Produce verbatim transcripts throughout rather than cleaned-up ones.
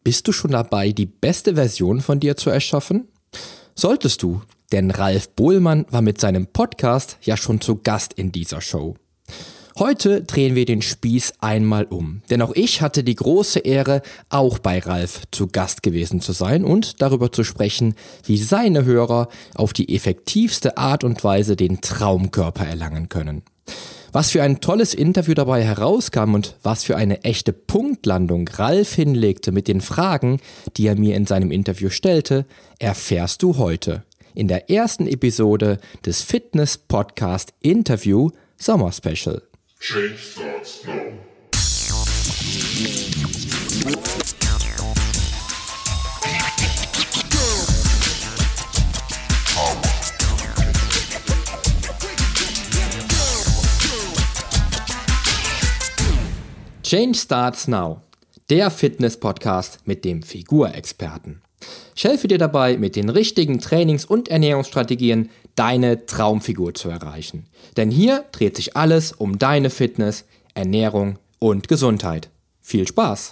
Bist du schon dabei, die beste Version von dir zu erschaffen? Solltest du, denn Ralf Bohlmann war mit seinem Podcast ja schon zu Gast in dieser Show. Heute drehen wir den Spieß einmal um, denn auch ich hatte die große Ehre, auch bei Ralf zu Gast gewesen zu sein und darüber zu sprechen, wie seine Hörer auf die effektivste Art und Weise den Traumkörper erlangen können. Was für ein tolles Interview dabei herauskam und was für eine echte Punktlandung Ralf hinlegte mit den Fragen, die er mir in seinem Interview stellte, erfährst du heute in der ersten Episode des Fitness-Podcast Interview Sommer Special. Change starts now. Change Starts Now, der Fitness-Podcast mit dem Figurexperten. Ich helfe dir dabei, mit den richtigen Trainings- und Ernährungsstrategien deine Traumfigur zu erreichen. Denn hier dreht sich alles um deine Fitness, Ernährung und Gesundheit. Viel Spaß!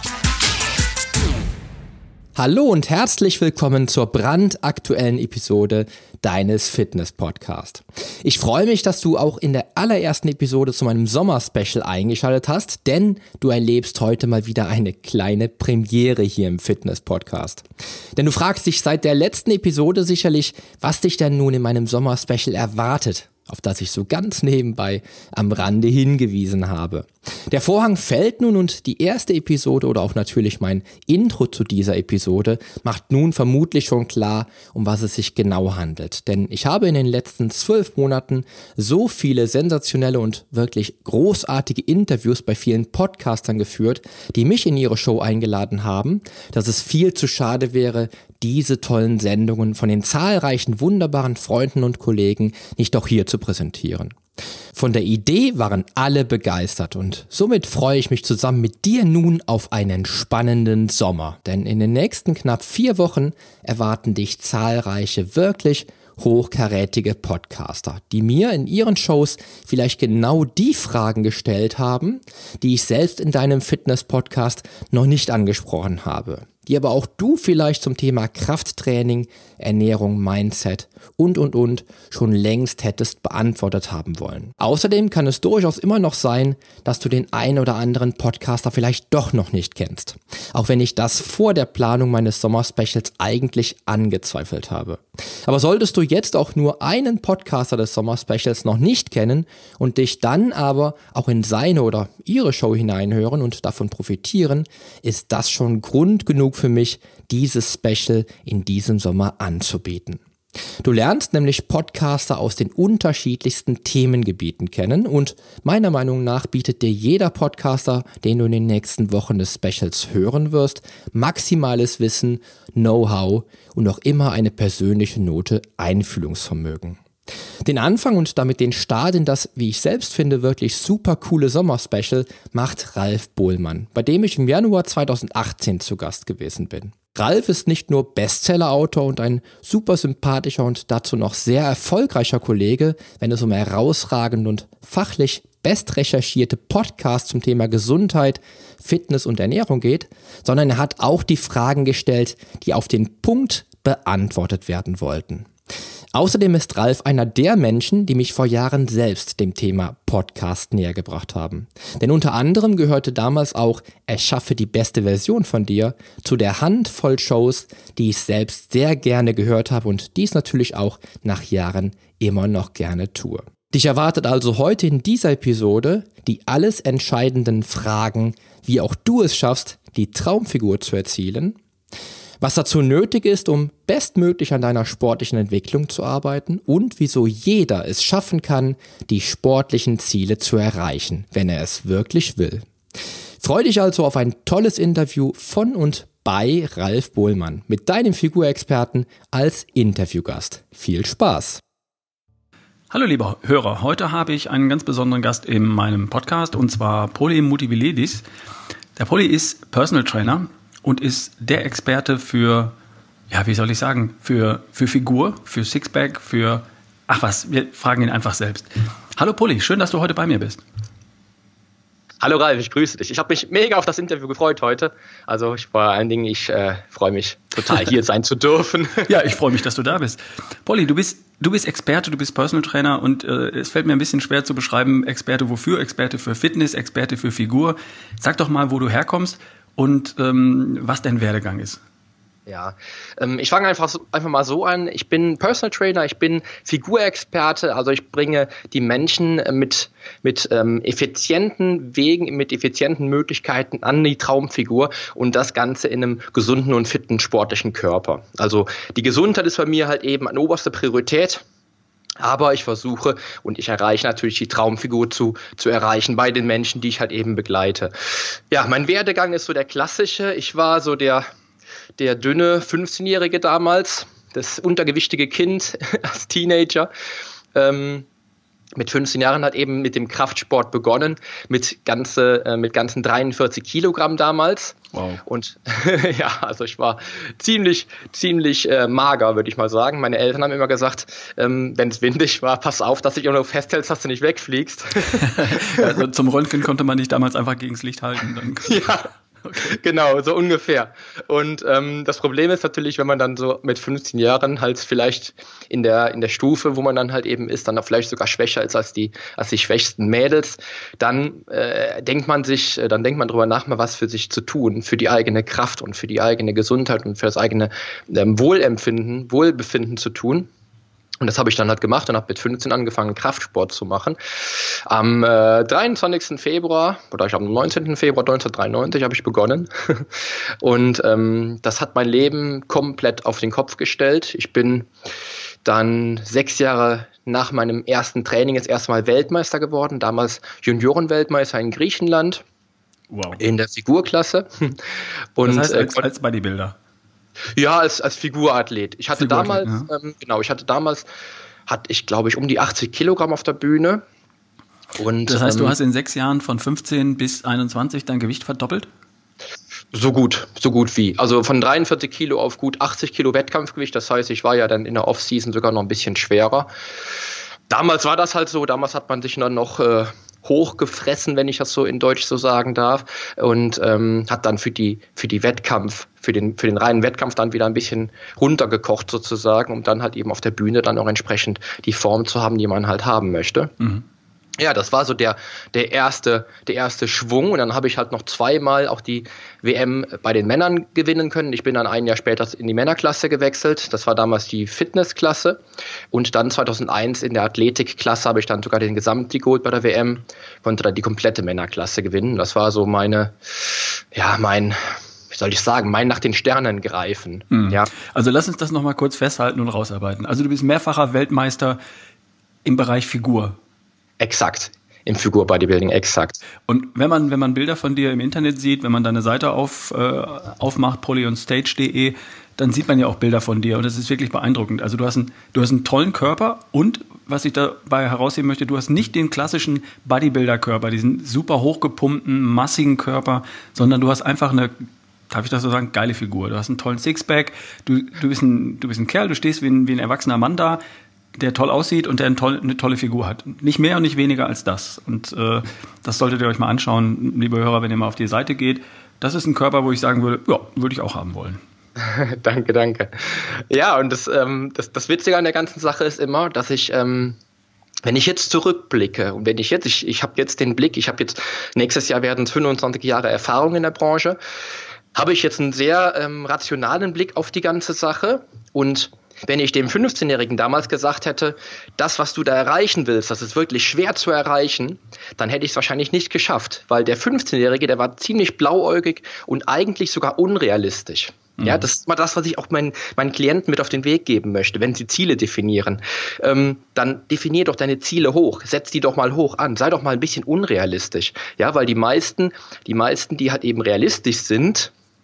Hallo und herzlich willkommen zur brandaktuellen Episode deines Fitness-Podcasts. Ich freue mich, dass du auch in der allerersten Episode zu meinem Sommer-Special eingeschaltet hast, denn du erlebst heute mal wieder eine kleine Premiere hier im Fitness-Podcast. Denn du fragst dich seit der letzten Episode sicherlich, was dich denn nun in meinem Sommer-Special erwartet, auf das ich so ganz nebenbei am Rande hingewiesen habe. Der Vorhang fällt nun und die erste Episode oder auch natürlich mein Intro zu dieser Episode macht nun vermutlich schon klar, um was es sich genau handelt. Denn ich habe in den letzten zwölf Monaten so viele sensationelle und wirklich großartige Interviews bei vielen Podcastern geführt, die mich in ihre Show eingeladen haben, dass es viel zu schade wäre, diese tollen Sendungen von den zahlreichen wunderbaren Freunden und Kollegen nicht auch hier zu präsentieren. Von der Idee waren alle begeistert und somit freue ich mich zusammen mit dir nun auf einen spannenden Sommer. Denn in den nächsten knapp vier Wochen erwarten dich zahlreiche wirklich hochkarätige Podcaster, die mir in ihren Shows vielleicht genau die Fragen gestellt haben, die ich selbst in deinem Fitness-Podcast noch nicht angesprochen habe, die aber auch du vielleicht zum Thema Krafttraining, Ernährung, Mindset und und und schon längst hättest beantwortet haben wollen. Außerdem kann es durchaus immer noch sein, dass du den einen oder anderen Podcaster vielleicht doch noch nicht kennst, auch wenn ich das vor der Planung meines Sommer-Specials eigentlich angezweifelt habe. Aber solltest du jetzt auch nur einen Podcaster des Sommer-Specials noch nicht kennen und dich dann aber auch in seine oder ihre Show hineinhören und davon profitieren, ist das schon Grund genug für mich, dieses Special in diesem Sommer anzubieten. Du lernst nämlich Podcaster aus den unterschiedlichsten Themengebieten kennen und meiner Meinung nach bietet dir jeder Podcaster, den du in den nächsten Wochen des Specials hören wirst, maximales Wissen, Know-how und auch immer eine persönliche Note Einfühlungsvermögen. Den Anfang und damit den Start in das, wie ich selbst finde, wirklich super coole Sommer-Special macht Ralf Bohlmann, bei dem ich im Januar zweitausendachtzehn zu Gast gewesen bin. Ralf ist nicht nur Bestseller-Autor und ein super sympathischer und dazu noch sehr erfolgreicher Kollege, wenn es um herausragende und fachlich bestrecherchierte Podcasts zum Thema Gesundheit, Fitness und Ernährung geht, sondern er hat auch die Fragen gestellt, die auf den Punkt beantwortet werden wollten. Außerdem ist Ralf einer der Menschen, die mich vor Jahren selbst dem Thema Podcast näher gebracht haben. Denn unter anderem gehörte damals auch Erschaffe die beste Version von dir zu der Handvoll Shows, die ich selbst sehr gerne gehört habe und dies natürlich auch nach Jahren immer noch gerne tue. Dich erwartet also heute in dieser Episode die alles entscheidenden Fragen, wie auch du es schaffst, die Traumfigur zu erzielen, was dazu nötig ist, um bestmöglich an deiner sportlichen Entwicklung zu arbeiten und wieso jeder es schaffen kann, die sportlichen Ziele zu erreichen, wenn er es wirklich will. Freu dich also auf ein tolles Interview von und bei Ralf Bohlmann mit deinem Figurexperten als Interviewgast. Viel Spaß! Hallo liebe Hörer, heute habe ich einen ganz besonderen Gast in meinem Podcast und zwar Polly Moutivilidis. Der Polly ist Personal Trainer und ist der Experte für, ja, wie soll ich sagen, für, für Figur, für Sixpack, für, ach was, wir fragen ihn einfach selbst. Hallo Polly, schön, dass du heute bei mir bist. Hallo Ralf, ich grüße dich. Ich habe mich mega auf das Interview gefreut heute. Also ich, vor allen Dingen, ich äh, freue mich total, hier sein zu dürfen. Ja, ich freue mich, dass du da bist. Polly, du bist, du bist Experte, du bist Personal Trainer und äh, es fällt mir ein bisschen schwer zu beschreiben, Experte wofür, Experte für Fitness, Experte für Figur. Sag doch mal, wo du herkommst und ähm, was dein Werdegang ist. Ja, ähm, ich fange einfach, so, einfach mal so an. Ich bin Personal Trainer, ich bin Figurexperte, also ich bringe die Menschen mit, mit ähm, effizienten Wegen, mit effizienten Möglichkeiten an die Traumfigur und das Ganze in einem gesunden und fitten sportlichen Körper. Also die Gesundheit ist bei mir halt eben an oberster Priorität. Aber ich versuche und ich erreiche natürlich die Traumfigur zu, zu erreichen bei den Menschen, die ich halt eben begleite. Ja, mein Werdegang ist so der klassische. Ich war so der Der dünne fünfzehnjährige damals, das untergewichtige Kind als Teenager, ähm, mit fünfzehn Jahren hat eben mit dem Kraftsport begonnen, mit, ganze, äh, mit ganzen dreiundvierzig Kilogramm damals. Wow. Und ja, also ich war ziemlich, ziemlich äh, mager, würde ich mal sagen. Meine Eltern haben immer gesagt, ähm, wenn es windig war, pass auf, dass du dich auch noch festhältst, dass du nicht wegfliegst. Also zum Röntgen konnte man dich damals einfach gegens Licht halten. Dann ja. Okay. Genau, so ungefähr. Und ähm, das Problem ist natürlich, wenn man dann so mit fünfzehn Jahren halt vielleicht in der in der Stufe, wo man dann halt eben ist, dann auch vielleicht sogar schwächer ist als die als die schwächsten Mädels, dann äh, denkt man sich, äh, dann denkt man drüber nach, mal was für sich zu tun, für die eigene Kraft und für die eigene Gesundheit und für das eigene ähm, Wohlempfinden, Wohlbefinden zu tun. Und das habe ich dann halt gemacht und habe mit fünfzehn angefangen, Kraftsport zu machen. Am äh, dreiundzwanzigsten Februar, oder ich am neunzehnten Februar neunzehnhundertdreiundneunzig habe ich begonnen. Und ähm, das hat mein Leben komplett auf den Kopf gestellt. Ich bin dann sechs Jahre nach meinem ersten Training jetzt erstmal Weltmeister geworden, damals Juniorenweltmeister in Griechenland. Wow. In der Figurklasse. Und, das heißt als, äh, als Bodybuilder? Ja, als, als Figurathlet. Ich hatte Figurathlet, damals, ja. ähm, genau, ich hatte damals, hatte ich glaube ich um die achtzig Kilogramm auf der Bühne. Und, das heißt, ähm, du hast in sechs Jahren von fünfzehn bis einundzwanzig dein Gewicht verdoppelt? So gut, so gut wie. Also von dreiundvierzig Kilo auf gut achtzig Kilo Wettkampfgewicht. Das heißt, ich war ja dann in der Off-Season sogar noch ein bisschen schwerer. Damals war das halt so, damals hat man sich dann noch äh, hochgefressen, wenn ich das so in Deutsch so sagen darf, und ähm, hat dann für die für die Wettkampf, für den für den reinen Wettkampf dann wieder ein bisschen runtergekocht sozusagen, um dann halt eben auf der Bühne dann auch entsprechend die Form zu haben, die man halt haben möchte. Mhm. Ja, das war so der der erste der erste Schwung, und dann habe ich halt noch zweimal auch die W M bei den Männern gewinnen können. Ich bin dann ein Jahr später in die Männerklasse gewechselt. Das war damals die Fitnessklasse, und dann zweitausendeins in der Athletikklasse habe ich dann sogar den Gesamtsieg geholt bei der W M, konnte dann die komplette Männerklasse gewinnen. Das war so meine ja mein wie soll ich sagen, mein nach den Sternen greifen. Mhm. Ja. Also lass uns das noch mal kurz festhalten und rausarbeiten. Also du bist mehrfacher Weltmeister im Bereich Figur. Exakt. Im Figur-Bodybuilding, exakt. Und wenn man, wenn man Bilder von dir im Internet sieht, wenn man deine Seite auf, äh, aufmacht, polyonstage punkt de, dann sieht man ja auch Bilder von dir, und das ist wirklich beeindruckend. Also du hast einen, du hast einen tollen Körper, und was ich dabei herausheben möchte, du hast nicht den klassischen Bodybuilder-Körper, diesen super hochgepumpten, massigen Körper, sondern du hast einfach eine, darf ich das so sagen, geile Figur. Du hast einen tollen Sixpack, du, du, bist, ein, du bist ein Kerl, du stehst wie ein, wie ein erwachsener Mann da, der toll aussieht und der eine tolle, eine tolle Figur hat. Nicht mehr und nicht weniger als das. Und äh, das solltet ihr euch mal anschauen, liebe Hörer, wenn ihr mal auf die Seite geht. Das ist ein Körper, wo ich sagen würde, ja, würde ich auch haben wollen. Danke, danke. Ja, und das, ähm, das, das Witzige an der ganzen Sache ist immer, dass ich, ähm, wenn ich jetzt zurückblicke, und wenn ich jetzt, ich, ich habe jetzt den Blick, ich habe jetzt, nächstes Jahr werden es fünfundzwanzig Jahre Erfahrung in der Branche, habe ich jetzt einen sehr ähm, rationalen Blick auf die ganze Sache. Und wenn ich dem fünfzehnjährigen damals gesagt hätte, das, was du da erreichen willst, das ist wirklich schwer zu erreichen, dann hätte ich es wahrscheinlich nicht geschafft, weil der fünfzehnjährige, der war ziemlich blauäugig und eigentlich sogar unrealistisch. Mhm. Ja, das ist mal das, was ich auch meinen, meinen Klienten mit auf den Weg geben möchte, wenn sie Ziele definieren. Ähm, dann definier doch deine Ziele hoch, setz die doch mal hoch an, sei doch mal ein bisschen unrealistisch. Ja, weil die meisten, die meisten, die halt eben realistisch sind,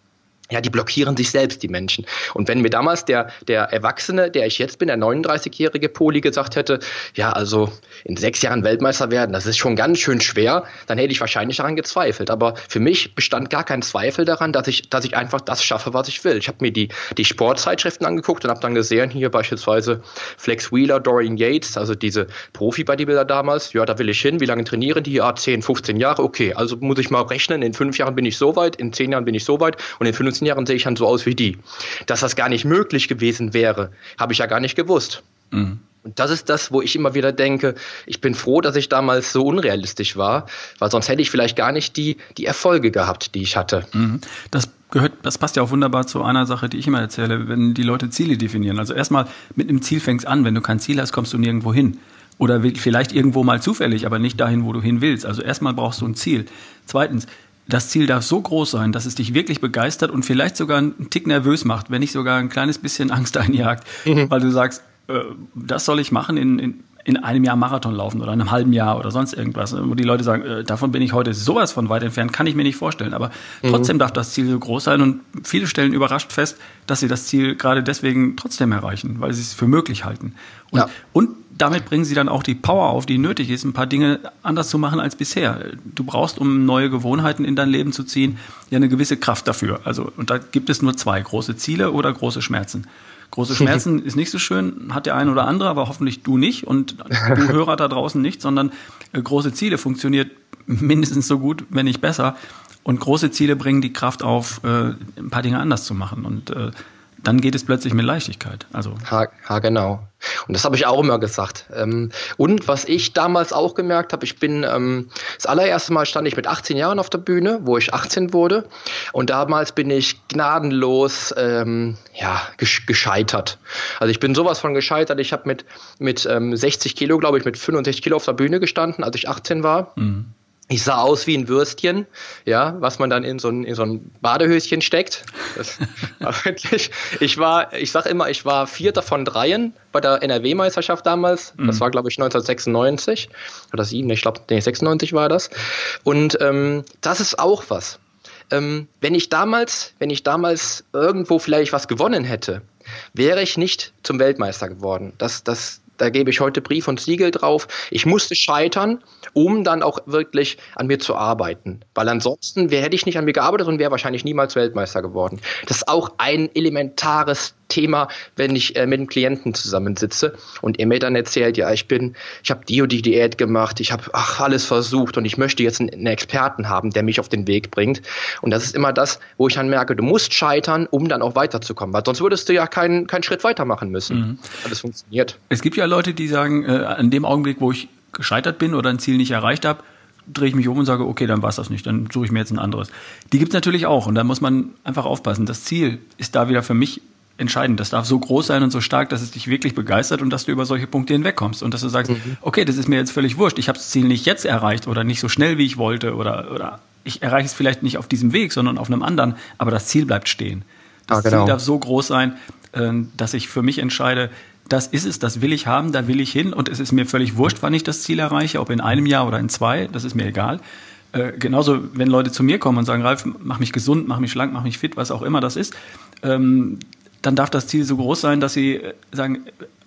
ja, die blockieren sich selbst, die Menschen. Und wenn mir damals der, der Erwachsene, der ich jetzt bin, der neununddreißigjährige Poli gesagt hätte, ja, also in sechs Jahren Weltmeister werden, das ist schon ganz schön schwer, dann hätte ich wahrscheinlich daran gezweifelt. Aber für mich bestand gar kein Zweifel daran, dass ich, dass ich einfach das schaffe, was ich will. Ich habe mir die, die Sportzeitschriften angeguckt und habe dann gesehen, hier beispielsweise Flex Wheeler, Dorian Yates, also diese Profi-Bodybuilder damals, ja, da will ich hin, wie lange trainieren die? Ja, zehn, fünfzehn Jahre, okay, also muss ich mal rechnen, in fünf Jahren bin ich so weit, in zehn Jahren bin ich so weit und in fünfzehn Jahren sehe ich dann so aus wie die. Dass das gar nicht möglich gewesen wäre, habe ich ja gar nicht gewusst. Mhm. Und das ist das, wo ich immer wieder denke, ich bin froh, dass ich damals so unrealistisch war, weil sonst hätte ich vielleicht gar nicht die, die Erfolge gehabt, die ich hatte. Mhm. Das gehört, das passt ja auch wunderbar zu einer Sache, die ich immer erzähle, wenn die Leute Ziele definieren. Also erstmal mit einem Ziel fängst an, wenn du kein Ziel hast, kommst du nirgendwo hin. Oder vielleicht irgendwo mal zufällig, aber nicht dahin, wo du hin willst. Also erstmal brauchst du ein Ziel. Zweitens, das Ziel darf so groß sein, dass es dich wirklich begeistert und vielleicht sogar einen Tick nervös macht, wenn nicht sogar ein kleines bisschen Angst einjagt, mhm. weil du sagst, äh, das soll ich machen, in, in, in einem Jahr Marathon laufen oder in einem halben Jahr oder sonst irgendwas. Wo die Leute sagen, äh, davon bin ich heute sowas von weit entfernt, kann ich mir nicht vorstellen. Aber mhm. trotzdem darf das Ziel so groß sein und viele stellen überrascht fest, dass sie das Ziel gerade deswegen trotzdem erreichen, weil sie es für möglich halten. Und, ja. und damit bringen sie dann auch die Power auf, die nötig ist, ein paar Dinge anders zu machen als bisher. Du brauchst, um neue Gewohnheiten in dein Leben zu ziehen, ja eine gewisse Kraft dafür. Also, und da gibt es nur zwei, große Ziele oder große Schmerzen. Große Schmerzen ist nicht so schön, hat der ein oder andere, aber hoffentlich du nicht und du Hörer da draußen nicht, sondern äh, große Ziele funktioniert mindestens so gut, wenn nicht besser. Und große Ziele bringen die Kraft auf, äh, ein paar Dinge anders zu machen. Und äh, dann geht es plötzlich mit Leichtigkeit. Also ha, ha, genau. Und das habe ich auch immer gesagt. Ähm, und was ich damals auch gemerkt habe, ich bin, ähm, das allererste Mal stand ich mit achtzehn Jahren auf der Bühne, wo ich achtzehn wurde. Und damals bin ich gnadenlos ähm, ja, gesch- gescheitert. Also ich bin sowas von gescheitert. Ich habe mit, mit ähm, sechzig Kilo, glaube ich, mit fünfundsechzig Kilo auf der Bühne gestanden, als ich achtzehn war. Mhm. Ich sah aus wie ein Würstchen, ja, was man dann in so ein, in so ein Badehöschen steckt. Das war wirklich, ich war, ich sag immer, ich war Vierter von Dreien bei der N R W-Meisterschaft damals. Das mhm. war, glaube ich, neunzehnhundertsechsundneunzig oder sieben, ich glaube, nee, sechsundneunzig war das. Und ähm, das ist auch was. Ähm, wenn ich damals, wenn ich damals irgendwo vielleicht was gewonnen hätte, wäre ich nicht zum Weltmeister geworden. Das, das, da gebe ich heute Brief und Siegel drauf. Ich musste scheitern, um dann auch wirklich an mir zu arbeiten. Weil ansonsten wär, hätte ich nicht an mir gearbeitet und wäre wahrscheinlich niemals Weltmeister geworden. Das ist auch ein elementares Thema, wenn ich äh, mit einem Klienten zusammensitze und er mir dann erzählt, ja, ich bin, ich habe die und die Diät gemacht, ich habe ach, alles versucht und ich möchte jetzt einen, einen Experten haben, der mich auf den Weg bringt. Und das ist immer das, wo ich dann merke, du musst scheitern, um dann auch weiterzukommen. Weil sonst würdest du ja keinen keinen Schritt weitermachen müssen. Mhm. Aber das funktioniert. Es gibt ja Leute, die sagen, äh, an dem Augenblick, wo ich gescheitert bin oder ein Ziel nicht erreicht habe, drehe ich mich um und sage, okay, dann war es das nicht, dann suche ich mir jetzt ein anderes. Die gibt es natürlich auch und da muss man einfach aufpassen. Das Ziel ist da wieder für mich entscheidend. Das darf so groß sein und so stark, dass es dich wirklich begeistert und dass du über solche Punkte hinwegkommst und dass du sagst, mhm. okay, das ist mir jetzt völlig wurscht, ich habe das Ziel nicht jetzt erreicht oder nicht so schnell, wie ich wollte oder, oder ich erreiche es vielleicht nicht auf diesem Weg, sondern auf einem anderen, aber das Ziel bleibt stehen. Das ah, genau. Ziel darf so groß sein, dass ich für mich entscheide, das ist es, das will ich haben, da will ich hin und es ist mir völlig wurscht, wann ich das Ziel erreiche, ob in einem Jahr oder in zwei, das ist mir egal. Äh, genauso, wenn Leute zu mir kommen und sagen, Ralf, mach mich gesund, mach mich schlank, mach mich fit, was auch immer das ist, ähm, dann darf das Ziel so groß sein, dass sie sagen,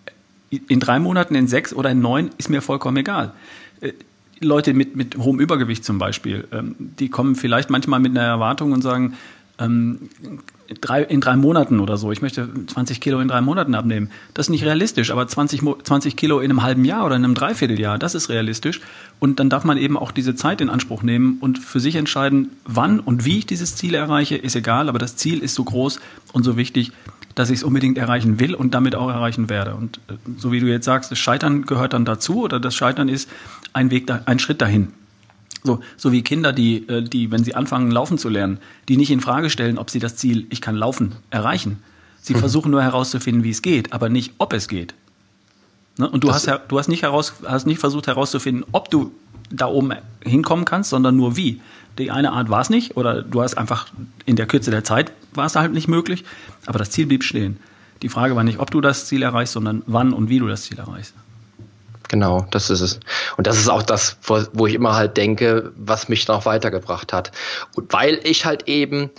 in drei Monaten, in sechs oder in neun ist mir vollkommen egal. Äh, Leute mit, mit hohem Übergewicht zum Beispiel, ähm, die kommen vielleicht manchmal mit einer Erwartung und sagen, ähm, drei, in drei Monaten oder so, ich möchte zwanzig Kilo in drei Monaten abnehmen. Das ist nicht realistisch, aber zwanzig, zwanzig Kilo in einem halben Jahr oder in einem Dreivierteljahr, das ist realistisch. Und dann darf man eben auch diese Zeit in Anspruch nehmen und für sich entscheiden, wann und wie ich dieses Ziel erreiche, ist egal, aber das Ziel ist so groß und so wichtig, dass ich es unbedingt erreichen will und damit auch erreichen werde. Und äh, so wie du jetzt sagst, das Scheitern gehört dann dazu oder das Scheitern ist ein Weg, da, ein Schritt dahin. So, so wie Kinder, die, die, wenn sie anfangen, laufen zu lernen, die nicht in Frage stellen, ob sie das Ziel, ich kann laufen, erreichen. Sie mhm. versuchen nur herauszufinden, wie es geht, aber nicht, ob es geht. Ne? Und du das hast, du hast nicht heraus, hast nicht versucht herauszufinden, ob du da oben hinkommen kannst, sondern nur wie. Die eine Art war es nicht, oder du hast einfach in der Kürze der Zeit war es halt nicht möglich, aber das Ziel blieb stehen. Die Frage war nicht, ob du das Ziel erreichst, sondern wann und wie du das Ziel erreichst. Genau, das ist es. Und das ist auch das, wo ich immer halt denke, was mich noch weitergebracht hat. Und weil ich halt eben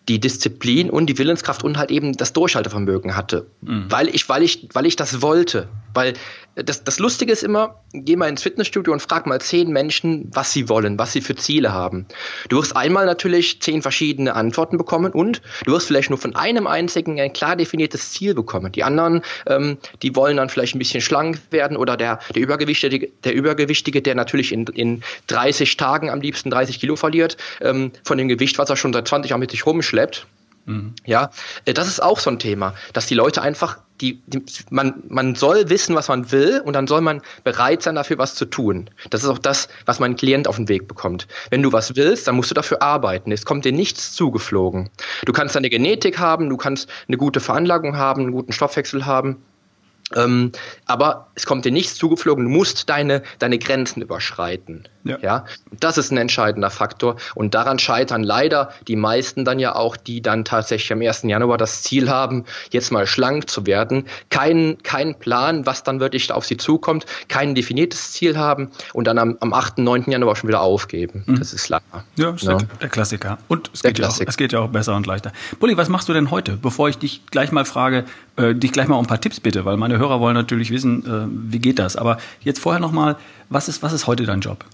die Disziplin und die Willenskraft und halt eben das Durchhaltevermögen hatte, mhm. weil ich, weil ich, weil ich das wollte. Weil das, das Lustige ist immer, geh mal ins Fitnessstudio und frag mal zehn Menschen, was sie wollen, was sie für Ziele haben. Du wirst einmal natürlich zehn verschiedene Antworten bekommen und du wirst vielleicht nur von einem einzigen ein klar definiertes Ziel bekommen. Die anderen, ähm, die wollen dann vielleicht ein bisschen schlank werden oder der, der Übergewichtige, der Übergewichtige, der natürlich in, in dreißig Tagen am liebsten dreißig Kilo verliert, ähm, von dem Gewicht, was er schon seit zwanzig Jahren mit sich rumschleppt. Mhm. Ja, das ist auch so ein Thema, dass die Leute einfach, die, die, man, man soll wissen, was man will und dann soll man bereit sein, dafür was zu tun. Das ist auch das, was mein Klient auf den Weg bekommt. Wenn du was willst, dann musst du dafür arbeiten. Es kommt dir nichts zugeflogen. Du kannst eine Genetik haben, du kannst eine gute Veranlagung haben, einen guten Stoffwechsel haben. Ähm, aber es kommt dir nichts zugeflogen, du musst deine, deine Grenzen überschreiten. Ja. Ja, das ist ein entscheidender Faktor und daran scheitern leider die meisten dann ja auch, die dann tatsächlich am ersten Januar das Ziel haben, jetzt mal schlank zu werden, keinen kein Plan, was dann wirklich auf sie zukommt, kein definiertes Ziel haben und dann am, am achten, neunten Januar schon wieder aufgeben. Mhm. Das ist leider. Ja, das ist ja. Der, der Klassiker. Und es geht, ja auch, es geht ja auch besser und leichter. Bulli, was machst du denn heute? Bevor ich dich gleich mal frage, äh, dich gleich mal um ein paar Tipps bitte, weil meine Hörer wollen natürlich wissen, äh, wie geht das? Aber jetzt vorher nochmal, was ist, was ist heute dein Job?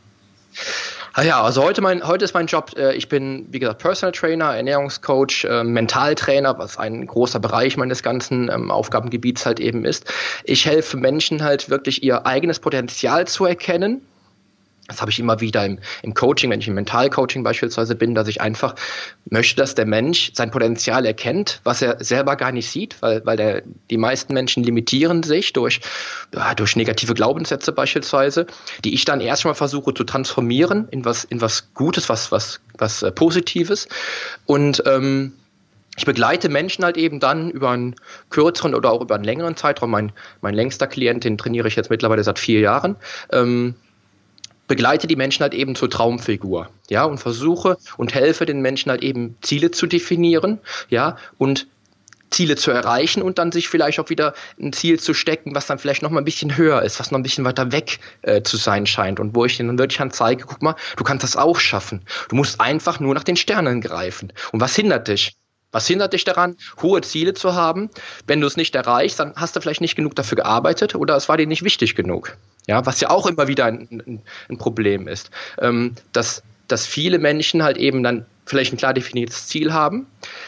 Ah ja, also heute, mein, heute ist mein Job, äh, ich bin, wie gesagt, Personal Trainer, Ernährungscoach, äh, Mentaltrainer, was ein großer Bereich meines ganzen ähm, Aufgabengebiets halt eben ist. Ich helfe Menschen halt wirklich ihr eigenes Potenzial zu erkennen. Das habe ich immer wieder im, im Coaching, wenn ich im Mentalcoaching beispielsweise bin, dass ich einfach möchte, dass der Mensch sein Potenzial erkennt, was er selber gar nicht sieht, weil, weil der, die meisten Menschen limitieren sich durch, ja, durch negative Glaubenssätze beispielsweise, die ich dann erstmal versuche zu transformieren in was, in was Gutes, was, was, was äh, Positives. Und ähm, ich begleite Menschen halt eben dann über einen kürzeren oder auch über einen längeren Zeitraum. Mein, mein längster Klient, den trainiere ich jetzt mittlerweile seit vier Jahren. Ähm, begleite die Menschen halt eben zur Traumfigur, ja, und versuche und helfe den Menschen halt eben Ziele zu definieren, ja, und Ziele zu erreichen und dann sich vielleicht auch wieder ein Ziel zu stecken, was dann vielleicht noch mal ein bisschen höher ist, was noch ein bisschen weiter weg äh, zu sein scheint und wo ich denen dann wirklich dann zeige, guck mal, du kannst das auch schaffen. Du musst einfach nur nach den Sternen greifen. Und was hindert dich? Was hindert dich daran, hohe Ziele zu haben? Wenn du es nicht erreichst, dann hast du vielleicht nicht genug dafür gearbeitet oder es war dir nicht wichtig genug. Ja, was ja auch immer wieder ein, ein, ein Problem ist, ähm, dass, dass viele Menschen halt eben dann vielleicht ein klar definiertes Ziel haben,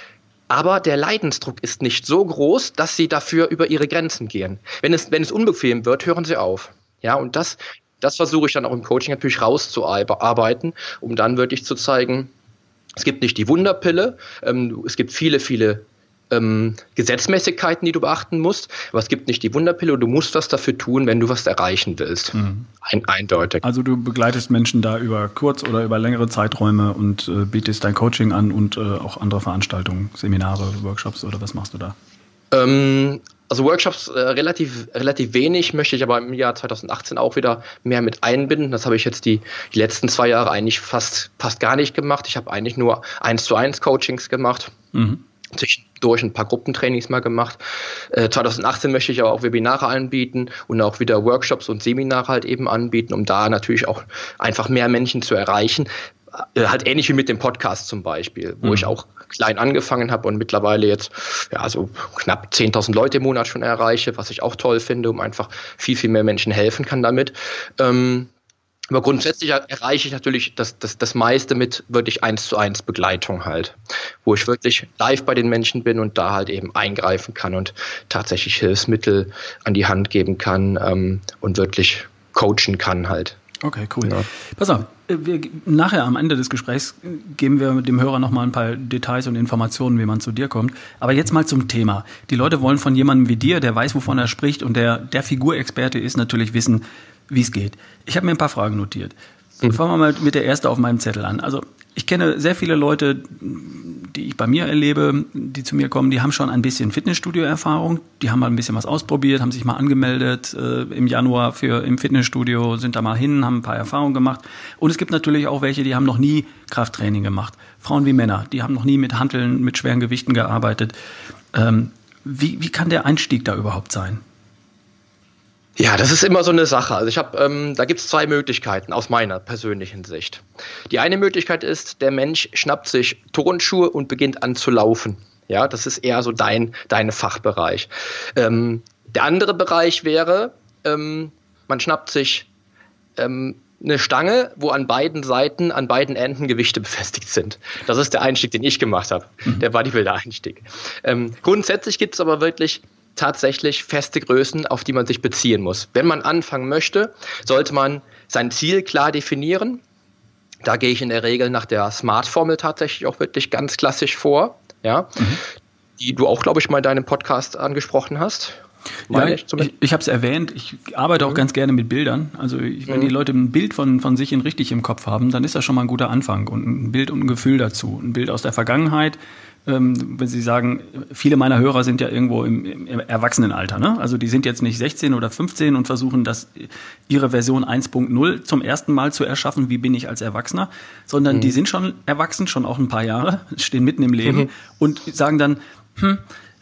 aber der Leidensdruck ist nicht so groß, dass sie dafür über ihre Grenzen gehen. Wenn es, wenn es unbequem wird, hören sie auf. Ja, und das, das versuche ich dann auch im Coaching natürlich rauszuarbeiten, um dann wirklich zu zeigen, es gibt nicht die Wunderpille, ähm, es gibt viele, viele ähm, Gesetzmäßigkeiten, die du beachten musst, aber es gibt nicht die Wunderpille und du musst was dafür tun, wenn du was erreichen willst. Mhm. Ein, eindeutig. Also du begleitest Menschen da über kurz- oder über längere Zeiträume und äh, bietest dein Coaching an und äh, auch andere Veranstaltungen, Seminare, Workshops oder was machst du da? Ähm, Also Workshops äh, relativ relativ wenig, möchte ich aber im Jahr zwanzig achtzehn auch wieder mehr mit einbinden. Das habe ich jetzt die, die letzten zwei Jahre eigentlich fast, fast gar nicht gemacht. Ich habe eigentlich nur eins zu eins Coachings gemacht, mhm. zwischendurch ein paar Gruppentrainings mal gemacht. Äh, zwanzig achtzehn möchte ich aber auch Webinare anbieten und auch wieder Workshops und Seminare halt eben anbieten, um da natürlich auch einfach mehr Menschen zu erreichen. Äh, halt ähnlich wie mit dem Podcast zum Beispiel, wo mhm. ich auch klein angefangen habe und mittlerweile jetzt ja so knapp zehntausend Leute im Monat schon erreiche, was ich auch toll finde, um einfach viel, viel mehr Menschen helfen kann damit. Ähm, aber grundsätzlich erreiche ich natürlich das, das, das meiste mit wirklich eins zu eins Begleitung halt, wo ich wirklich live bei den Menschen bin und da halt eben eingreifen kann und tatsächlich Hilfsmittel an die Hand geben kann ähm, und wirklich coachen kann halt. Okay, cool. Ja. Pass auf, wir, nachher am Ende des Gesprächs geben wir dem Hörer noch mal ein paar Details und Informationen, wie man zu dir kommt. Aber jetzt mal zum Thema. Die Leute wollen von jemandem wie dir, der weiß, wovon er spricht und der der Figurexperte ist, natürlich wissen, wie es geht. Ich habe mir ein paar Fragen notiert. Mhm. Fangen wir mal mit der ersten auf meinem Zettel an. Also ich kenne sehr viele Leute, die ich bei mir erlebe, die zu mir kommen, die haben schon ein bisschen Fitnessstudio-Erfahrung, die haben mal ein bisschen was ausprobiert, haben sich mal angemeldet äh, im Januar für im Fitnessstudio, sind da mal hin, haben ein paar Erfahrungen gemacht. Und es gibt natürlich auch welche, die haben noch nie Krafttraining gemacht. Frauen wie Männer, die haben noch nie mit Hanteln, mit schweren Gewichten gearbeitet. Ähm, wie, wie kann der Einstieg da überhaupt sein? Ja, das ist immer so eine Sache. Also ich habe, ähm, da gibt es zwei Möglichkeiten aus meiner persönlichen Sicht. Die eine Möglichkeit ist, der Mensch schnappt sich Turnschuhe und beginnt an zu laufen. Ja, das ist eher so dein, dein Fachbereich. Ähm, der andere Bereich wäre, ähm, man schnappt sich ähm, eine Stange, wo an beiden Seiten, an beiden Enden Gewichte befestigt sind. Das ist der Einstieg, den ich gemacht habe, mhm. der Bodybuilder-Einstieg. Ähm, grundsätzlich gibt es aber wirklich tatsächlich feste Größen, auf die man sich beziehen muss. Wenn man anfangen möchte, sollte man sein Ziel klar definieren. Da gehe ich in der Regel nach der SMART-Formel tatsächlich auch wirklich ganz klassisch vor, ja, mhm. die du auch, glaube ich, mal in deinem Podcast angesprochen hast. Ja, ich ich, ich habe es erwähnt, ich arbeite auch mhm. ganz gerne mit Bildern. Also ich, wenn mhm. die Leute ein Bild von, von sich in richtig im Kopf haben, dann ist das schon mal ein guter Anfang und ein Bild und ein Gefühl dazu. Ein Bild aus der Vergangenheit. Ähm, wenn Sie sagen, viele meiner Hörer sind ja irgendwo im, im Erwachsenenalter, ne? Also die sind jetzt nicht sechzehn oder fünfzehn und versuchen, das, ihre Version eins Punkt null zum ersten Mal zu erschaffen, wie bin ich als Erwachsener, sondern mhm. die sind schon erwachsen, schon auch ein paar Jahre, stehen mitten im Leben mhm. und sagen dann, hm,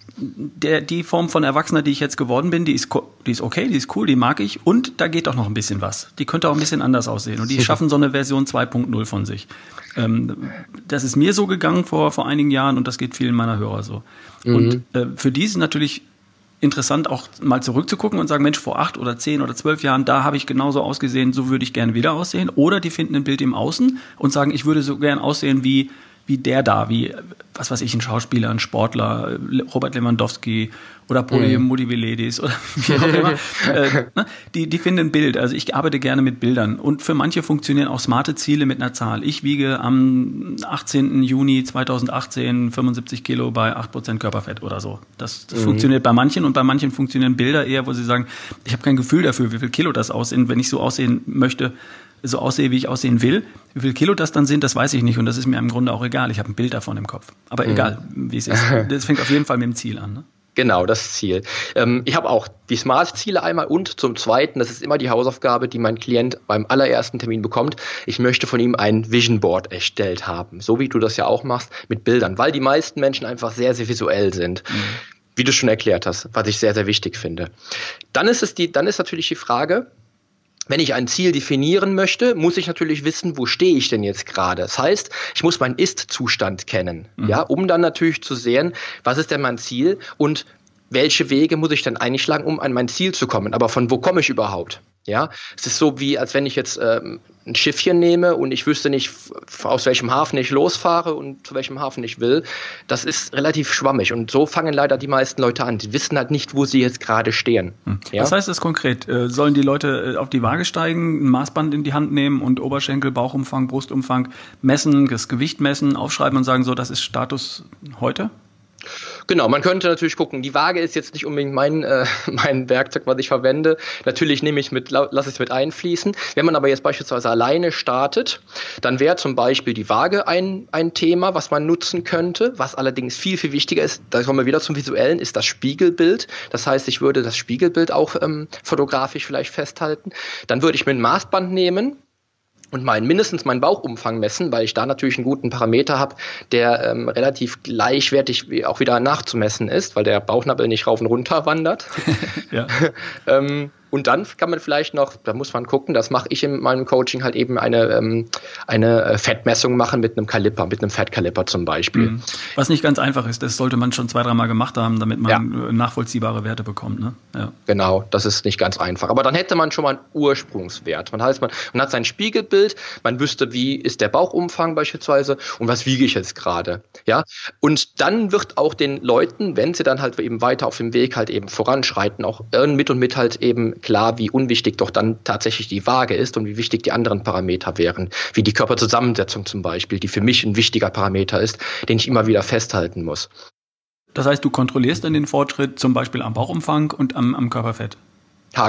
Der, die Form von Erwachsener, die ich jetzt geworden bin, die ist, die ist okay, die ist cool, die mag ich und da geht doch noch ein bisschen was. Die könnte auch ein bisschen anders aussehen und die schaffen so eine Version zwei Punkt null von sich. Ähm, das ist mir so gegangen vor, vor einigen Jahren und das geht vielen meiner Hörer so. Mhm. Und äh, für die ist es natürlich interessant, auch mal zurückzugucken und sagen, Mensch, vor acht oder zehn oder zwölf Jahren, da habe ich genauso ausgesehen, so würde ich gerne wieder aussehen. Oder die finden ein Bild im Außen und sagen, ich würde so gern aussehen wie wie der da, wie, was weiß ich, ein Schauspieler, ein Sportler, Robert Lewandowski oder Polly mhm. Mudiviledis oder wie auch immer. äh, ne? die, die finden ein Bild. Also ich arbeite gerne mit Bildern. Und für manche funktionieren auch smarte Ziele mit einer Zahl. Ich wiege am achtzehnten Juni zweitausendachtzehn fünfundsiebzig Kilo bei acht Prozent Körperfett oder so. Das, das mhm. funktioniert bei manchen und bei manchen funktionieren Bilder eher, wo sie sagen, ich habe kein Gefühl dafür, wie viel Kilo das aussehen. Wenn ich so aussehen möchte, so aussehe, wie ich aussehen will. Wie viel Kilo das dann sind, das weiß ich nicht und das ist mir im Grunde auch egal. Ich habe ein Bild davon im Kopf. Aber mhm. egal, wie es ist. Das fängt auf jeden Fall mit dem Ziel an. Ne? Genau, das Ziel. Ähm, ich habe auch die Smart-Ziele einmal und zum Zweiten, das ist immer die Hausaufgabe, die mein Klient beim allerersten Termin bekommt. Ich möchte von ihm ein Vision Board erstellt haben, so wie du das ja auch machst, mit Bildern, weil die meisten Menschen einfach sehr, sehr visuell sind. Mhm. Wie du schon erklärt hast, was ich sehr, sehr wichtig finde. Dann ist es die, dann ist natürlich die Frage, wenn ich ein Ziel definieren möchte, muss ich natürlich wissen, wo stehe ich denn jetzt gerade. Das heißt, ich muss meinen Ist-Zustand kennen, mhm. ja, um dann natürlich zu sehen, was ist denn mein Ziel und welche Wege muss ich denn einschlagen, um an mein Ziel zu kommen. Aber von wo komme ich überhaupt? Ja, es ist so wie, als wenn ich jetzt ähm, ein Schiffchen nehme und ich wüsste nicht, aus welchem Hafen ich losfahre und zu welchem Hafen ich will. Das ist relativ schwammig und so fangen leider die meisten Leute an. Die wissen halt nicht, wo sie jetzt gerade stehen. Hm. Ja? Was heißt das konkret? Äh, sollen die Leute auf die Waage steigen, ein Maßband in die Hand nehmen und Oberschenkel, Bauchumfang, Brustumfang messen, das Gewicht messen, aufschreiben und sagen, so, das ist Status heute? Genau, man könnte natürlich gucken, die Waage ist jetzt nicht unbedingt mein, äh, mein Werkzeug, was ich verwende. Natürlich nehme ich mit, lasse ich es mit einfließen. Wenn man aber jetzt beispielsweise alleine startet, dann wäre zum Beispiel die Waage ein, ein Thema, was man nutzen könnte. Was allerdings viel, viel wichtiger ist, da kommen wir wieder zum Visuellen, ist das Spiegelbild. Das heißt, ich würde das Spiegelbild auch ähm, fotografisch vielleicht festhalten. Dann würde ich mir ein Maßband nehmen und mein, mindestens meinen Bauchumfang messen, weil ich da natürlich einen guten Parameter habe, der ähm, relativ gleichwertig wie auch wieder nachzumessen ist, weil der Bauchnabel nicht rauf und runter wandert. ja. ähm, und dann kann man vielleicht noch, da muss man gucken, das mache ich in meinem Coaching halt eben eine, ähm, eine Fettmessung machen mit einem Kaliper, mit einem Fettkaliper zum Beispiel. Mhm. Was nicht ganz einfach ist, das sollte man schon zwei, dreimal gemacht haben, damit man ja. nachvollziehbare Werte bekommt. Ne? Ja. Genau, das ist nicht ganz einfach. Aber dann hätte man schon mal einen Ursprungswert. Man, heißt, man, man hat sein Spiegelbild, man wüsste, wie ist der Bauchumfang beispielsweise und was wiege ich jetzt gerade. Ja? Und dann wird auch den Leuten, wenn sie dann halt eben weiter auf dem Weg halt eben voranschreiten, auch mit und mit halt eben klar, wie unwichtig doch dann tatsächlich die Waage ist und wie wichtig die anderen Parameter wären, wie die Körperzusammensetzung zum Beispiel, die für mich ein wichtiger Parameter ist, den ich immer wieder festhalten muss. Das heißt, du kontrollierst dann den Fortschritt zum Beispiel am Bauchumfang und am, am Körperfett? Ja, genau.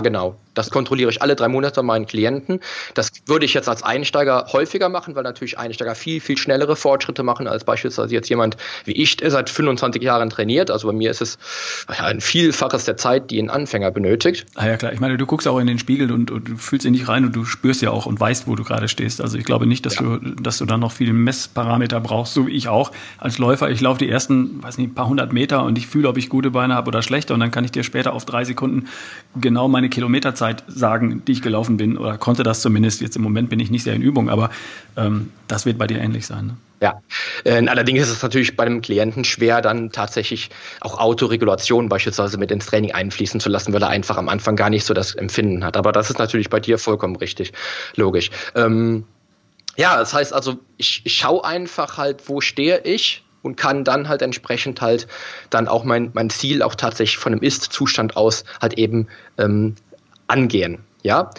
Das kontrolliere ich alle drei Monate bei meinen Klienten. Das würde ich jetzt als Einsteiger häufiger machen, weil natürlich Einsteiger viel, viel schnellere Fortschritte machen als beispielsweise jetzt jemand wie ich, der seit fünfundzwanzig Jahren trainiert. Also bei mir ist es ja, ein Vielfaches der Zeit, die ein Anfänger benötigt. Ah ja klar, ich meine, du guckst auch in den Spiegel und, und du fühlst in dich rein und du spürst ja auch und weißt, wo du gerade stehst. Also ich glaube nicht, dass, ja. du, dass du dann noch viele Messparameter brauchst, so wie ich auch als Läufer. Ich laufe die ersten, weiß nicht, ein paar hundert Meter und ich fühle, ob ich gute Beine habe oder schlechte und dann kann ich dir später auf drei Sekunden genau meine Kilometerzeit sagen, die ich gelaufen bin, oder konnte das zumindest. Jetzt im Moment bin ich nicht sehr in Übung, aber ähm, das wird bei dir ähnlich sein. Ne? Ja, äh, allerdings ist es natürlich bei einem Klienten schwer, dann tatsächlich auch Autoregulation beispielsweise mit ins Training einfließen zu lassen, weil er einfach am Anfang gar nicht so das Empfinden hat. Aber das ist natürlich bei dir vollkommen richtig, logisch. Ähm, ja, das heißt also, ich, ich schaue einfach halt, wo stehe ich, und kann dann halt entsprechend halt dann auch mein, mein Ziel auch tatsächlich von einem Ist-Zustand aus halt eben ähm, angehen. Ja?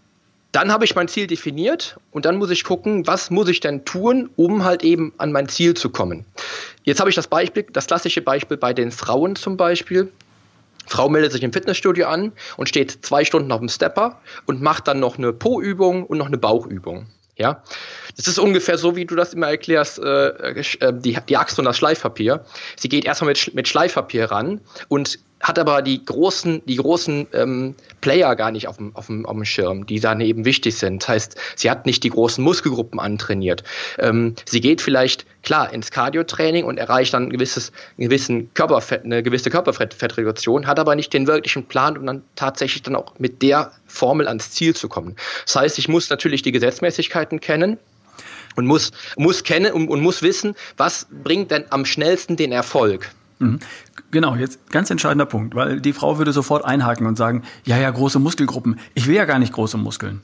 Dann habe ich mein Ziel definiert und dann muss ich gucken, was muss ich denn tun, um halt eben an mein Ziel zu kommen. Jetzt habe ich das Beispiel, das klassische Beispiel bei den Frauen zum Beispiel. Frau meldet sich im Fitnessstudio an und steht zwei Stunden auf dem Stepper und macht dann noch eine Po-Übung und noch eine Bauchübung. Ja, das ist ungefähr so, wie du das immer erklärst, äh, die, die Axt und das Schleifpapier. Sie geht erstmal mit, mit Schleifpapier ran und hat aber die großen, die großen ähm, Player gar nicht auf dem, auf dem, auf dem Schirm, die dann eben wichtig sind. Das heißt, sie hat nicht die großen Muskelgruppen antrainiert. Ähm, sie geht vielleicht, klar, ins Cardio-Training und erreicht dann ein gewisses, einen gewissen Körperfett, eine gewisse Körperfettreduktion, hat aber nicht den wirklichen Plan, um dann tatsächlich dann auch mit der Formel ans Ziel zu kommen. Das heißt, ich muss natürlich die Gesetzmäßigkeiten kennen und muss, muss kennen und, und muss wissen, was bringt denn am schnellsten den Erfolg. Mhm. Genau, jetzt ganz entscheidender Punkt, weil die Frau würde sofort einhaken und sagen, ja, ja, große Muskelgruppen. Ich will ja gar nicht große Muskeln.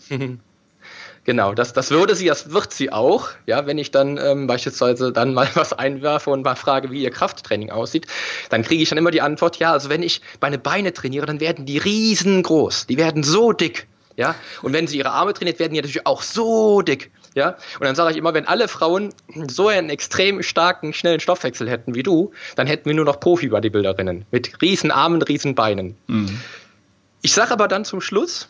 Genau, das, das würde sie, das wird sie auch, ja, wenn ich dann ähm, beispielsweise dann mal was einwerfe und mal frage, wie ihr Krafttraining aussieht, dann kriege ich dann immer die Antwort, ja, also wenn ich meine Beine trainiere, dann werden die riesengroß, die werden so dick, ja, und wenn sie ihre Arme trainiert, werden die natürlich auch so dick. Ja, und dann sage ich immer, wenn alle Frauen so einen extrem starken, schnellen Stoffwechsel hätten wie du, dann hätten wir nur noch Profi-Bodybuilderinnen mit riesen Armen, riesen Beinen. Mhm. Ich sage aber dann zum Schluss,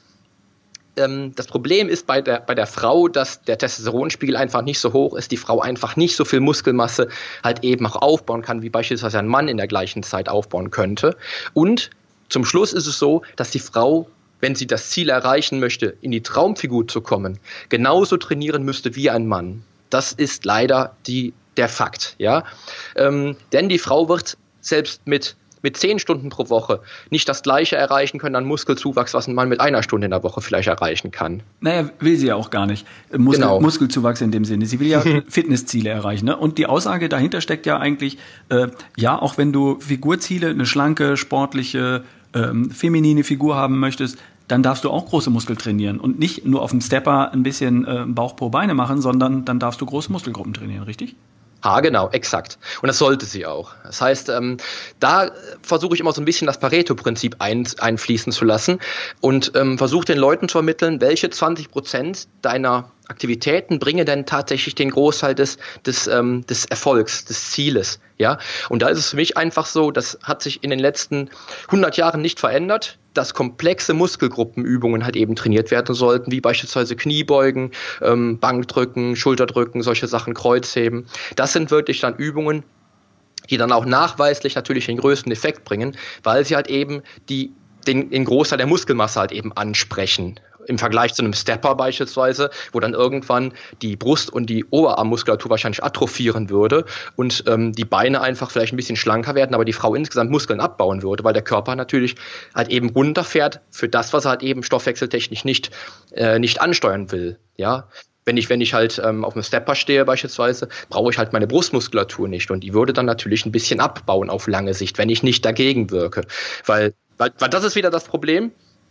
ähm, das Problem ist bei der, bei der Frau, dass der Testosteronspiegel einfach nicht so hoch ist, die Frau einfach nicht so viel Muskelmasse halt eben auch aufbauen kann, wie beispielsweise ein Mann in der gleichen Zeit aufbauen könnte. Und zum Schluss ist es so, dass die Frau, wenn sie das Ziel erreichen möchte, in die Traumfigur zu kommen, genauso trainieren müsste wie ein Mann. Das ist leider die, der Fakt. Ja? Ähm, denn die Frau wird selbst mit, mit zehn Stunden pro Woche nicht das Gleiche erreichen können an Muskelzuwachs, was ein Mann mit einer Stunde in der Woche vielleicht erreichen kann. Naja, will sie ja auch gar nicht. Muskel, genau. Muskelzuwachs in dem Sinne. Sie will ja Fitnessziele erreichen. Ne? Und die Aussage dahinter steckt ja eigentlich, äh, ja, auch wenn du Figurziele, eine schlanke, sportliche, ähm, feminine Figur haben möchtest, dann darfst du auch große Muskeln trainieren und nicht nur auf dem Stepper ein bisschen äh, Bauch pro Beine machen, sondern dann darfst du große Muskelgruppen trainieren, richtig? Ah, genau, exakt. Und das sollte sie auch. Das heißt, ähm, da versuche ich immer so ein bisschen das Pareto-Prinzip ein, einfließen zu lassen und ähm, versuche den Leuten zu vermitteln, welche zwanzig Prozent deiner Aktivitäten bringen denn tatsächlich den Großteil des, des, ähm, des Erfolgs, des Zieles. Ja? Und da ist es für mich einfach so, das hat sich in den letzten hundert Jahren nicht verändert, dass komplexe Muskelgruppenübungen halt eben trainiert werden sollten, wie beispielsweise Kniebeugen, ähm, Bankdrücken, Schulterdrücken, solche Sachen, Kreuzheben. Das sind wirklich dann Übungen, die dann auch nachweislich natürlich den größten Effekt bringen, weil sie halt eben die, den, den Großteil der Muskelmasse halt eben ansprechen. Im Vergleich zu einem Stepper beispielsweise, wo dann irgendwann die Brust- und die Oberarmmuskulatur wahrscheinlich atrophieren würde und ähm, die Beine einfach vielleicht ein bisschen schlanker werden, aber die Frau insgesamt Muskeln abbauen würde, weil der Körper natürlich halt eben runterfährt für das, was er halt eben stoffwechseltechnisch nicht, äh, nicht ansteuern will. Ja. Wenn ich, wenn ich halt ähm, auf einem Stepper stehe beispielsweise, brauche ich halt meine Brustmuskulatur nicht und die würde dann natürlich ein bisschen abbauen auf lange Sicht, wenn ich nicht dagegen wirke. Weil, weil, weil das ist wieder das Problem,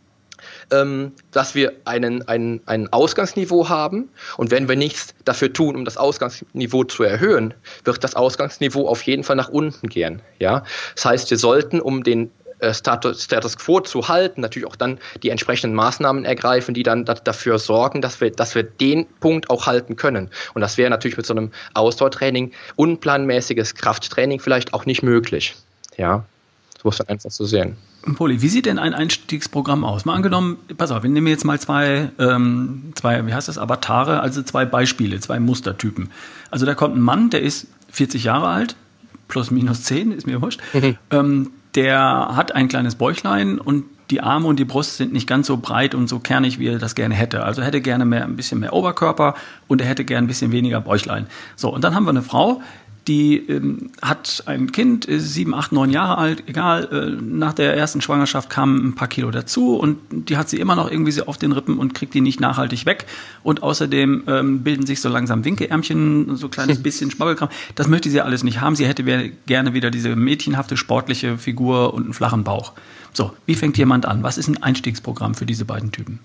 ähm, dass wir einen, einen, ein Ausgangsniveau haben und wenn wir nichts dafür tun, um das Ausgangsniveau zu erhöhen, wird das Ausgangsniveau auf jeden Fall nach unten gehen. Ja? Das heißt, wir sollten, um den Status, Status quo zu halten, natürlich auch dann die entsprechenden Maßnahmen ergreifen, die dann da, dafür sorgen, dass wir, dass wir den Punkt auch halten können. Und das wäre natürlich mit so einem Ausdauertraining, unplanmäßiges Krafttraining vielleicht auch nicht möglich. Ja, Du musst dann einfach so sehen. Poli, wie sieht denn ein Einstiegsprogramm aus? Mal angenommen, pass auf, wir nehmen jetzt mal zwei, ähm, zwei, wie heißt das, Avatare, also zwei Beispiele, zwei Mustertypen. Also da kommt ein Mann, der ist vierzig Jahre alt, plus minus zehn, ist mir wurscht. Mhm. Ähm, der hat ein kleines Bäuchlein und die Arme und die Brust sind nicht ganz so breit und so kernig, wie er das gerne hätte. Also er hätte gerne mehr, ein bisschen mehr Oberkörper und er hätte gerne ein bisschen weniger Bäuchlein. So, und dann haben wir eine Frau, die ähm, hat ein Kind, ist sieben, acht, neun Jahre alt, egal, äh, nach der ersten Schwangerschaft kamen ein paar Kilo dazu und die hat sie immer noch irgendwie so auf den Rippen und kriegt die nicht nachhaltig weg. Und außerdem ähm, bilden sich so langsam Winkeärmchen, so ein kleines bisschen Schmabbelkram. Das möchte sie alles nicht haben. Sie hätte gerne wieder diese mädchenhafte, sportliche Figur und einen flachen Bauch. So, wie fängt jemand an? Was ist ein Einstiegsprogramm für diese beiden Typen?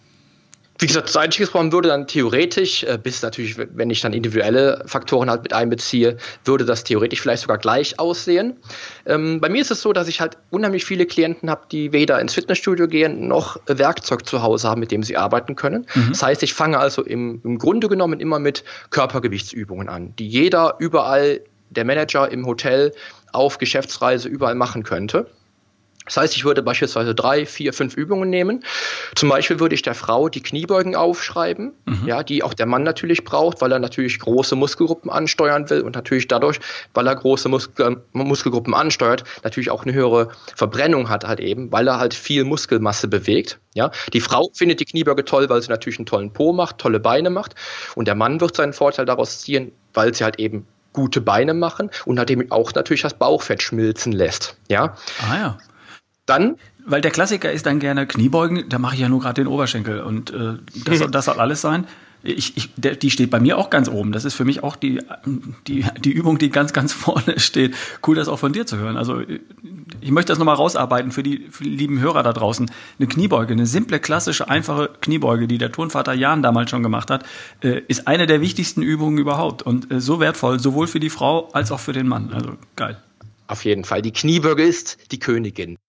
Wie gesagt, das Einstiegsprogramm würde dann theoretisch, äh, bis natürlich, wenn ich dann individuelle Faktoren halt mit einbeziehe, würde das theoretisch vielleicht sogar gleich aussehen. Ähm, bei mir ist es so, dass ich halt unheimlich viele Klienten habe, die weder ins Fitnessstudio gehen, noch Werkzeug zu Hause haben, mit dem sie arbeiten können. Mhm. Das heißt, ich fange also im, im Grunde genommen immer mit Körpergewichtsübungen an, die jeder überall, der Manager im Hotel, auf Geschäftsreise überall machen könnte. Das heißt, ich würde beispielsweise drei, vier, fünf Übungen nehmen. Zum Beispiel würde ich der Frau die Kniebeugen aufschreiben, mhm. ja, die auch der Mann natürlich braucht, weil er natürlich große Muskelgruppen ansteuern will und natürlich dadurch, weil er große Muskel, Muskelgruppen ansteuert, natürlich auch eine höhere Verbrennung hat halt eben, weil er halt viel Muskelmasse bewegt. Ja. Die Frau findet die Kniebeuge toll, weil sie natürlich einen tollen Po macht, tolle Beine macht und der Mann wird seinen Vorteil daraus ziehen, weil sie halt eben gute Beine machen und halt eben auch natürlich das Bauchfett schmilzen lässt. Ja. Ah ja. Dann, weil der Klassiker ist dann gerne Kniebeugen, da mache ich ja nur gerade den Oberschenkel und äh, das, soll, das soll alles sein. Ich, ich, der, die steht bei mir auch ganz oben. Das ist für mich auch die, die, die Übung, die ganz, ganz vorne steht. Cool, das auch von dir zu hören. Also ich möchte das nochmal rausarbeiten für die, für die lieben Hörer da draußen. Eine Kniebeuge, eine simple, klassische, einfache Kniebeuge, die der Turnvater Jan damals schon gemacht hat, äh, ist eine der wichtigsten Übungen überhaupt und äh, so wertvoll, sowohl für die Frau als auch für den Mann. Also geil. Auf jeden Fall. Die Kniebeuge ist die Königin.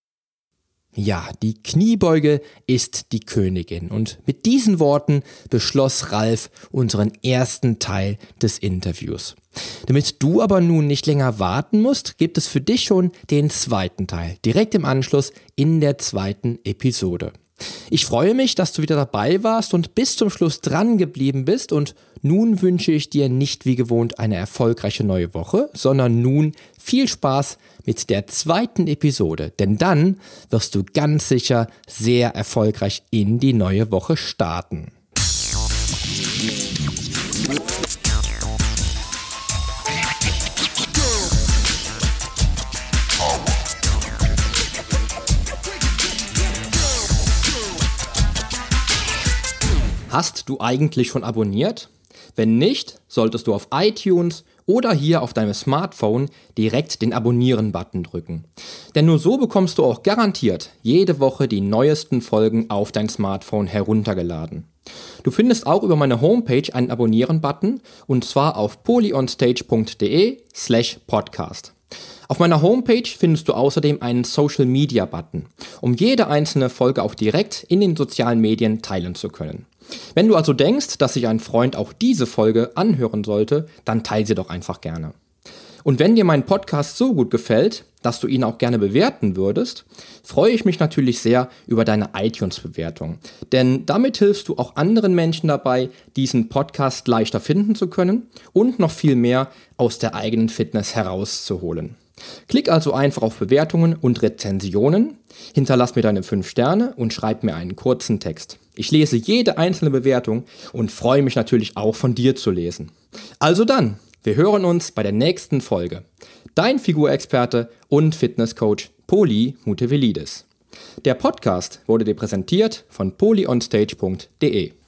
Ja, die Kniebeuge ist die Königin. Und mit diesen Worten beschloss Ralf unseren ersten Teil des Interviews. Damit du aber nun nicht länger warten musst, gibt es für dich schon den zweiten Teil, direkt im Anschluss in der zweiten Episode. Ich freue mich, dass du wieder dabei warst und bis zum Schluss dran geblieben bist und nun wünsche ich dir nicht wie gewohnt eine erfolgreiche neue Woche, sondern nun viel Spaß mit der zweiten Episode, denn dann wirst du ganz sicher sehr erfolgreich in die neue Woche starten. Hast du eigentlich schon abonniert? Wenn nicht, solltest du auf iTunes oder hier auf deinem Smartphone direkt den Abonnieren-Button drücken. Denn nur so bekommst du auch garantiert jede Woche die neuesten Folgen auf dein Smartphone heruntergeladen. Du findest auch über meine Homepage einen Abonnieren-Button und zwar auf polyonstage.de slash podcast. Auf meiner Homepage findest du außerdem einen Social-Media-Button, um jede einzelne Folge auch direkt in den sozialen Medien teilen zu können. Wenn du also denkst, dass sich ein Freund auch diese Folge anhören sollte, dann teile sie doch einfach gerne. Und wenn dir mein Podcast so gut gefällt, dass du ihn auch gerne bewerten würdest, freue ich mich natürlich sehr über deine iTunes-Bewertung. Denn damit hilfst du auch anderen Menschen dabei, diesen Podcast leichter finden zu können und noch viel mehr aus der eigenen Fitness herauszuholen. Klick also einfach auf Bewertungen und Rezensionen, hinterlass mir deine fünf Sterne und schreib mir einen kurzen Text. Ich lese jede einzelne Bewertung und freue mich natürlich auch von dir zu lesen. Also dann, wir hören uns bei der nächsten Folge. Dein Figurexperte und Fitnesscoach Poli Mutevelidis. Der Podcast wurde dir präsentiert von polyonstage punkt de.